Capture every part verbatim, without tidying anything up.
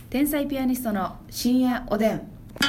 天才ピアニストの深夜おでん。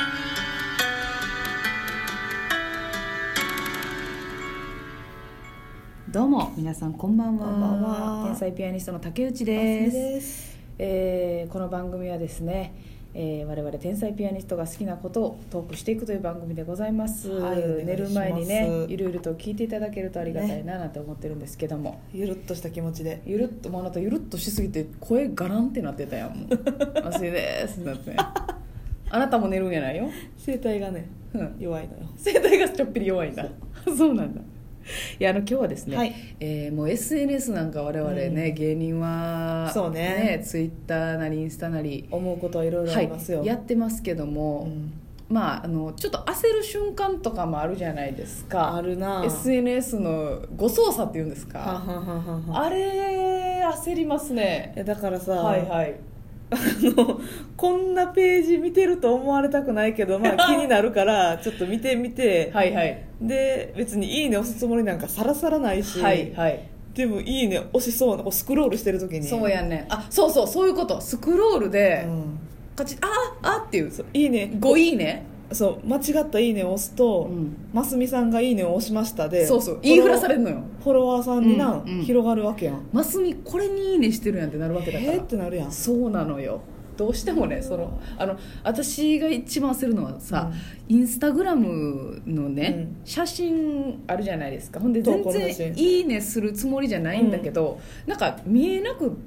どうも皆さんこんばんは。 こんばんは。 天才ピアニストの竹内です。 です、 えー、この番組はですね、えー、我々天才ピアニストが好きなことをトークしていくという番組でございます、 はい、 寝る前にねいろいろと聞いていただけるとありがたいななんて思ってるんですけども、ね、 ゆるっとした気持ちでゆるっともうあなたゆるっとしすぎて声ガランってなってたやん。もう忘れですなってねあなたも寝るんやないよ。 声帯がね、 うん、 弱いのよ。 声帯がちょっぴり弱いんだ。そうなんだ。いやあの今日はですね、はいえー、もう エスエヌエス なんか我々ね、うん、芸人はそうね、 ねツイッターなりインスタなり思うことはいろいろありますよ、 はい、やってますけども、うん、まああのちょっと焦る瞬間とかもあるじゃないですか。 あるな。 エスエヌエス の誤操作っていうんですか。ははははあれ焦りますね。 だからさ、 はいはいあのこんなページ見てると思われたくないけど、まあ、気になるからちょっと見てみてはい、はい、 で別にいいね押すつもりなんかさらさらないし、 はいはい、 でもいいね押しそうなスクロールしてる時にそうやねあそうそうそういうことスクロールで、うん、カチッああっていういいねごいいねそう間違ったいいねを押すと、うん、ますみさんがいいねを押しましたでそうそう言いふらされるのよ。 フォロワーさんにな、うんうん、広がるわけやん。 ますみこれにいいねしてるやんってなるわけだからえーってなるやん。 そうなのよ。どうしてもねそのあの私が一番焦るのはさ、うん、インスタグラムのね、うん、写真あるじゃないですか。ほんで全然いいねするつもりじゃないんだけど、うん、なんか見えなくって、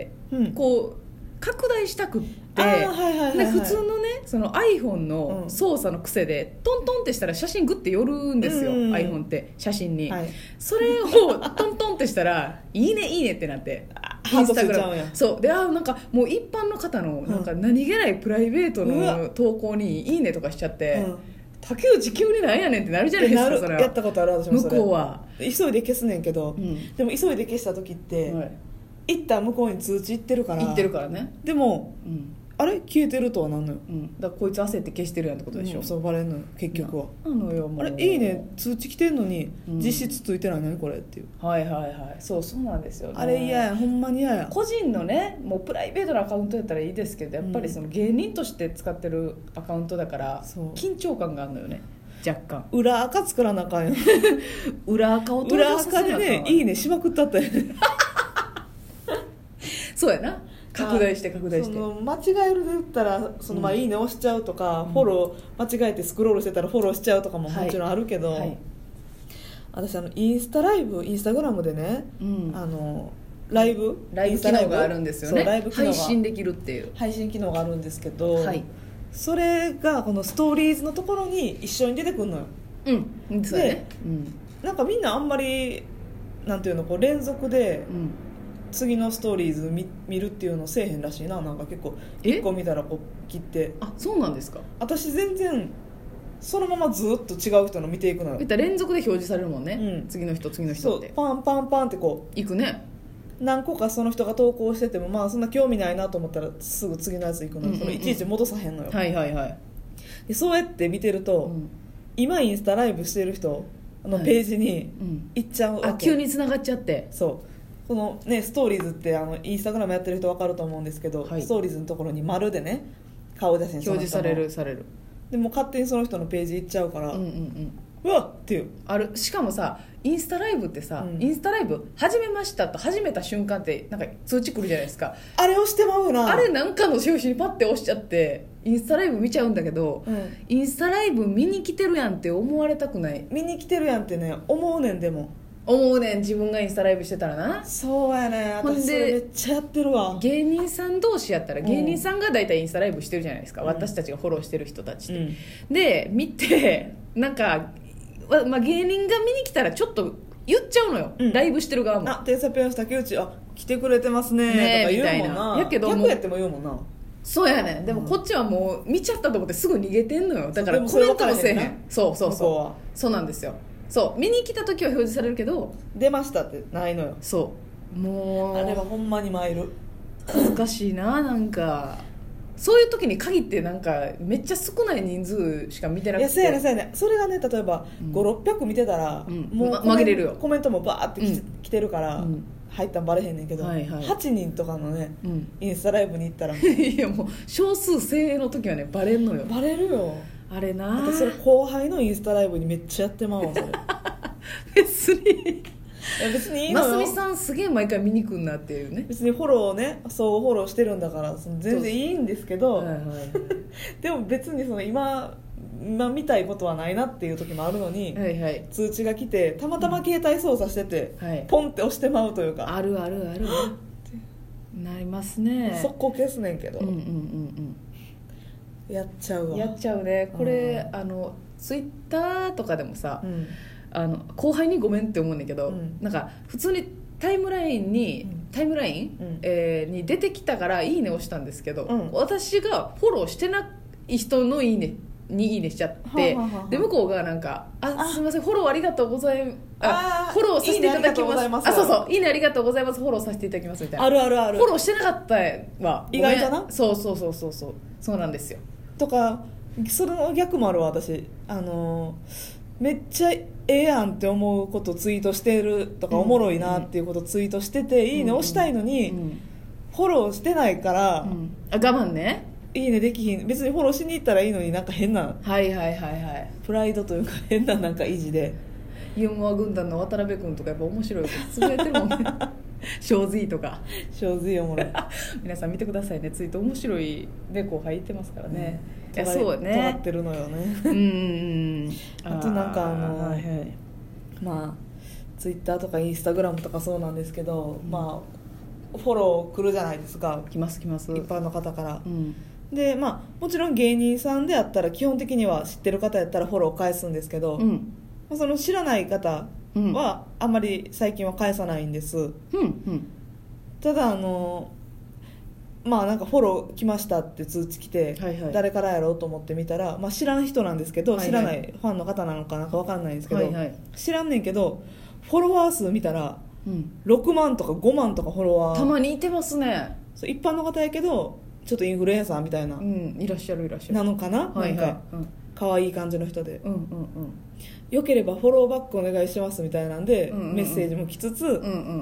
うん、こう拡大したくって、はいはいはいはい、で普通のねその iPhone の操作の癖で、うん、トントンってしたら写真グッて寄るんですよ、うんうん、iPhone って写真に、はい、それをトントンってしたらいいねいいねってなってインスタグラムそうであなんかもう一般の方のなんか何気ないプライベートの投稿にいいねとかしちゃって、うん、竹内急になんやねんってなるじゃないですか。それはやったことある。私もそれ向こうは急いで消すねんけど、うん、でも急いで消した時って、はい、一旦向こうに通知いってるからいってるからね。 でも、うんあれ消えてるとはなんのよ、 うん、だからこいつ焦って消してるやんってことでしょ、 うん、そうバレんのよ結局は。 なのよもうあれいいね通知来てんのに、うん、実質ついてないのにこれっていう。 はいはいはいそうそうなんですよね。 あれ嫌やほんまに嫌や。 個人のねもうプライベートなアカウントやったらいいですけどやっぱりその芸人として使ってるアカウントだから、うん、緊張感があるのよね若干。 裏垢作らなあかんよ裏垢を登場させなあかん。 裏垢でねいいねしまくったってそうやな拡大して拡大してその間違えるで言ったらそのまあいいね押しちゃうとか、うん、フォロー間違えてスクロールしてたらフォローしちゃうとかももちろんあるけど、はいはい、私あのインスタライブインスタグラムでね、うん、あのライブライブ機能があるんですよね。 ライブ機能が配信できるっていう配信機能があるんですけど、 はい、 それがこのストーリーズのところに一緒に出てくるのよ。 うんそうね、うん、 なんかみんなあんまりなんていうのこう連続で、うん次のストーリーズ 見, 見るっていうのせえへんらしいな。なんか結構いっこ見たらこう切って。 あそうなんですか。 私全然そのままずっと違う人の見ていくのよ。 連続で表示されるもんね、うん、次の人次の人ってそうパンパンパンってこういくね。 何個かその人が投稿しててもまあそんな興味ないなと思ったらすぐ次のやつ行くのよ、うんうんうん、そのいちいち戻さへんのよ。 はいはいはい。 でそうやって見てると、うん、今インスタライブしてる人のページに行っちゃうわけ、 はいうん、あ急に繋がっちゃってそうこのね、ストーリーズってあのインスタグラムやってる人分かると思うんですけど、はい、ストーリーズのところに丸でね顔写真表示されるされるでも勝手にその人のページ行っちゃうから、うんうんうん、うわっっていうある。しかもさインスタライブってさ、うん、インスタライブ始めましたと始めた瞬間ってなんか通知来るじゃないですか。 あれ押してまうな。 あれなんかの表紙にパッて押しちゃってインスタライブ見ちゃうんだけど、うん、インスタライブ見に来てるやんって思われたくない。 見に来てるやんってね思うねん。でも思うねん自分がインスタライブしてたらな。 そうやね私それめっちゃやってるわ。 芸人さん同士やったら芸人さんが大体インスタライブしてるじゃないですか、うん、私たちがフォローしてる人たちって、うん、で見てなんか、まあ、芸人が見に来たらちょっと言っちゃうのよ、うん、ライブしてる側もあ天才ピアニスト竹内あ来てくれてますねねとか言うもんな。やけど逆やっても言うもんな。 そうやねん。でもこっちはもう見ちゃったと思ってすぐ逃げてんのよ。だからコメントもせえへん。そうそうそうそうなんですよ。そう見に来た時は表示されるけど出ましたってないのよ。 そうもうあれはほんまに参る。 難しいな。なんかそういう時に限ってなんかめっちゃ少ない人数しか見てなくて。いやそうやねそうやね。それがね例えば、うん、ごひゃくろっぴゃく見てたら、うん、もう紛れるよ。コメントもバーって 来,、うん、来てるから、うん、 入ったんバレへんねんけど、 はいはい、 はちにんとかのね、うん、インスタライブに行ったらいやもう少数精鋭の時はねバレんのよ。 バレるよあれな。 私それ後輩のインスタライブにめっちゃやってまうわそれ別にいや別にいいのよ。 ますみさんすげえ毎回見に来んなっていうね。 別にフォローね、そうフォローしてるんだからその全然いいんですけど、はいはい、でも別にその今今見たいことはないなっていう時もあるのに、はいはい、通知が来てたまたま携帯操作してて、うんはい、ポンって押してまうというか、 あるあるあるなりますね。 速攻消すねんけど、うんうんうんうん、やっちゃうわ。 やっちゃうねこれ、うん、あのツイッターとかでもさ、うん、あの後輩にごめんって思うんだけど、うん、なんか普通にタイムラインに、うん、タイムライン、うんえー、に出てきたからいいねをしたんですけど、うん、私がフォローしてない人のいいねにいいねしちゃって、ははははで向こうがなんかあすみませんフォローありがとうございますあフォローさせていただきますあそうそういいねありがとうございますフォローさせていただきますみたいなあるあるあるフォローしてなかったわ意外となそうそうそうそうそうそうなんですよとかそれの逆もあるわ私あのめっちゃええやんって思うことツイートしてるとか、うん、おもろいなっていうことツイートしてて、うん、いいね押したいのに、うん、フォローしてないから、うん、 あ我慢ねいいねできひん別にフォローしに行ったらいいのになんか変なはいはいはいはいプライドというか変ななんか維持でユーモア軍団の渡辺君とかやっぱ面白いことつぶやいてるもんね正髄とか正髄おもろい皆さん見てくださいねツイート面白いで後輩言ってますからね、 うん、いやそうね尖ってるのよねうんうんあとなんかあの、はいはい、まあツイッターとかインスタグラムとかそうなんですけど、うん、まあフォロー来るじゃないですか来ます来ます一般の方から、うんでまあ、もちろん芸人さんであったら基本的には知ってる方やったらフォロー返すんですけど、うんその知らない方はあんまり最近は返さないんです、うんうん、ただあのまあなんかフォロー来ましたって通知来て、はいはい、誰からやろうと思って見たら、まあ、知らん人なんですけど、はいはい、知らないファンの方なのかなんか分かんないんですけど、はいはい、知らんねんけどフォロワー数見たら、うん、ろくまんとかごまんとかフォロワーたまにいてますねそう一般の方やけどちょっとインフルエンサーみたいな、うん、 いらっしゃるいらっしゃるなのかな、はいはい、なんか、うん、可愛い感じの人で、うんうんうん、よければフォローバックお願いしますみたいなんで、うんうんうん、メッセージも来つつ、うんうん、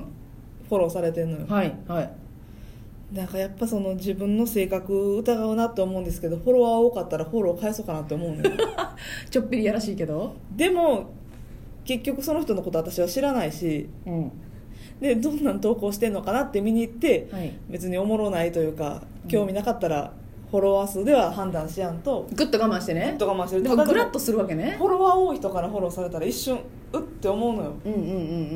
フォローされてんのよ、はいはい、なんかやっぱその自分の性格疑うなって思うんですけどフォロワー多かったらフォロー返そうかなって思うのよちょっぴりやらしいけどでも結局その人のこと私は知らないし、うんでどんなん投稿してんのかなって見に行って、はい、別におもろないというか興味なかったらフォロワー数では判断しやんとグッと我慢してねグッと我慢してるでもグラッとするわけねフォロワー多い人からフォローされたら一瞬うって思うのよ、うんうんうんうん、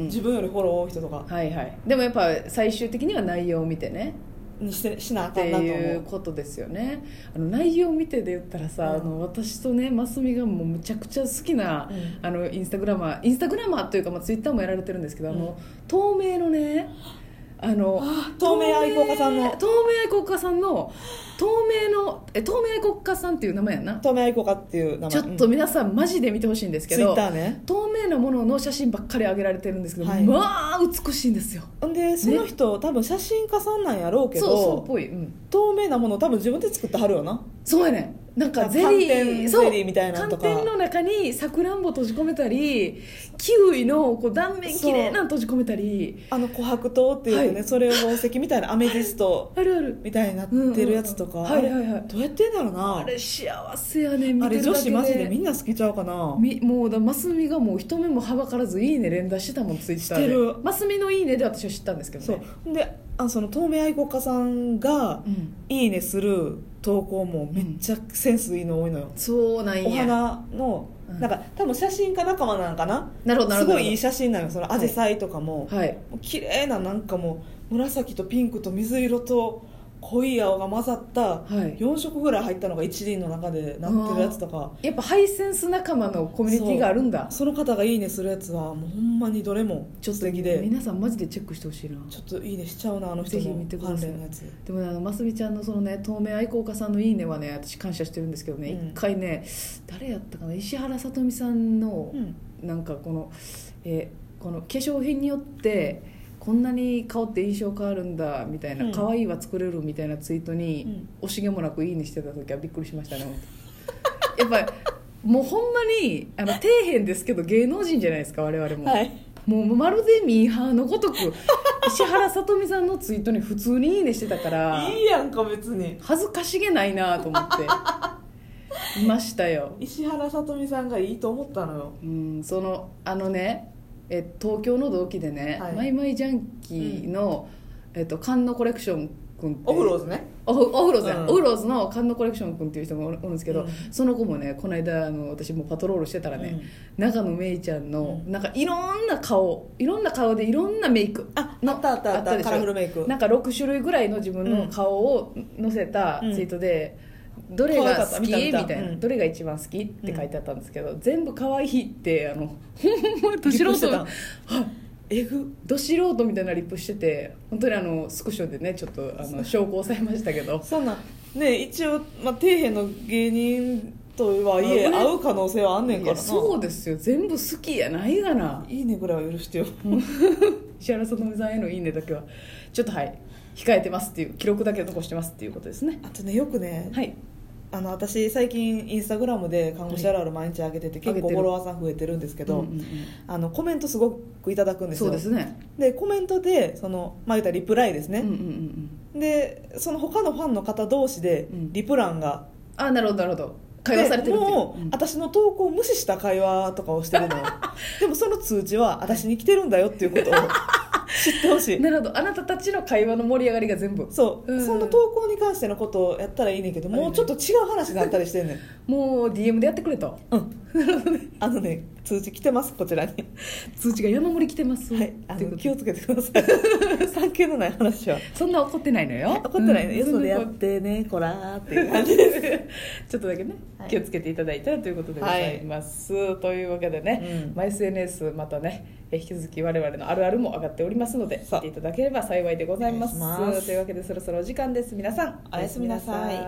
自分よりフォロー多い人とかはいはいでもやっぱ最終的には内容を見てねにしてしなあかんなと思うっていうことですよねあの内容を見てで言ったらさ、うん、あの私とねますみがもうむちゃくちゃ好きな、うん、あのインスタグラマーインスタグラマーというか、まあ、ツイッターもやられてるんですけど、うん、あの透明のねあの透明愛好家さんの透明愛好家さんの透明のえ透明愛好家さんっていう名前やな透明愛好家っていう名前ちょっと皆さんマジで見てほしいんですけど、 ツイッターね、 透明なものの写真ばっかり上げられてるんですけど、はい、まあ美しいんですよでその人、ね、多分写真家さんなんやろうけどそうそうっぽい、うん、 透明なもの多分自分で作ってはるよなそうやねなんかゼリーゼリーみたいなのとか寒天の中にさくらんぼ閉じ込めたりキウイのこう断面きれいなの閉じ込めたりあの琥珀糖っていうね、はい、それを宝石みたいなアメジストあるあるみたいになってるやつとか、うんうん、はいはいはいどうやってんだろうなあれ幸せやね見てるだけであれ女子マジでみんな好きちゃうかなみもうだマスミがもう一目もはばからずいいね連打してたもんツイッターでしてるマスミのいいねで私は知ったんですけどねそうであその透明愛好家さんがいいねする投稿もめっちゃセンスいいの多いのよ、 うん、そうなんやお花の、うん、なんか多分写真家仲間なんかななるほどなるほどすごいいい写真なのそのアジサイとかも、はい、綺麗ななんかもう紫とピンクと水色と濃い青が混ざったよん色ぐらい入ったのが一輪の中でなってるやつとかやっぱハイセンス仲間のコミュニティがあるんだそ, その方がいいねするやつはもうほんまにどれも素敵で皆さんマジでチェックしてほしいなちょっといいねしちゃうなあの人の関連のやつでもねますみちゃんのそのね透明愛好家さんのいいねはね私感謝してるんですけどね、うん、一回ね誰やったかな石原さとみさんの、うん、なんかこの、えー、この化粧品によってこんなに顔って印象変わるんだみたいな、うん、可愛いは作れるみたいなツイートに、うん、惜しげもなくいいねしてた時はびっくりしましたねやっぱりもうほんまにあの底辺ですけど芸能人じゃないですか我々も、はい、もうまるでミーハーのごとく石原さとみさんのツイートに普通にいいねしてたからいいやんか別に恥ずかしげないなと思っていましたよ。 石原さとみさんがいいと思ったのよ。 うんそのあのねえ東京の同期でね、はい、マイマイジャンキーの、うんえっと、菅野コレクション君ってオフローズねオフオフローズ、うん、オフローズの菅野コレクション君っていう人がおるんですけど、うん、その子もねこの間あの私もパトロールしてたらね、うん、中野芽郁ちゃんの、うん、なんかいろんな顔いろんな顔でいろんなメイクああったあったあったカラフルメイクなんかろく種類ぐらいの自分の顔を載せたツイートで、うん、どれが好きみたいな、うん、どれが一番好きって書いてあったんですけど、うん、全部可愛いってあのど素人はえぐど素人みたいなリップしてて本当にあのスクショでねちょっとあの証拠されましたけどそんなね一応、まあ、底辺の芸人とはいえ会う可能性はあんねんからな。 そうですよ全部好きやないがないいねぐらいは許してよ石原さとみさんへのいいねだけはちょっとはい控えてますっていう記録だけ残してますっていうことですね。 あとねよくね、 はいあの私最近インスタグラムで看護師あるある毎日上げてて、はい、結構フォロワーさん増えてるんですけど、うんうんうん、あのコメントすごくいただくんですよ。 そうですね。 でコメントでその、まあ、言ったらリプライですね、 うんうんうん、 でその他のファンの方同士でリプランが、 うん、あなるほどなるほど会話されてるっていうもう、うん、私の投稿を無視した会話とかをしてるのでもその通知は私に来てるんだよっていうことを知ってほしい。 なるほどあなたたちの会話の盛り上がりが全部そう、うん、その投稿に関してのことをやったらいいねんけど、もうちょっと違う話になったりしてんねんもう ディーエム でやってくれと。うんあのね通知来てますこちらに通知が山盛り来てます、 はい、あの気をつけてください関係のない話はそんな怒ってないのよ怒ってないの、うん、よそでやってねこらーっていう感じですちょっとだけね、はい、気をつけていただいたらということでございます、はい、というわけでね、うんまあ、エスエヌエス またね引き続き我々のあるあるも上がっておりますので見ていただければ幸いでございます。というわけでそろそろお時間です。皆さんおやすみなさい。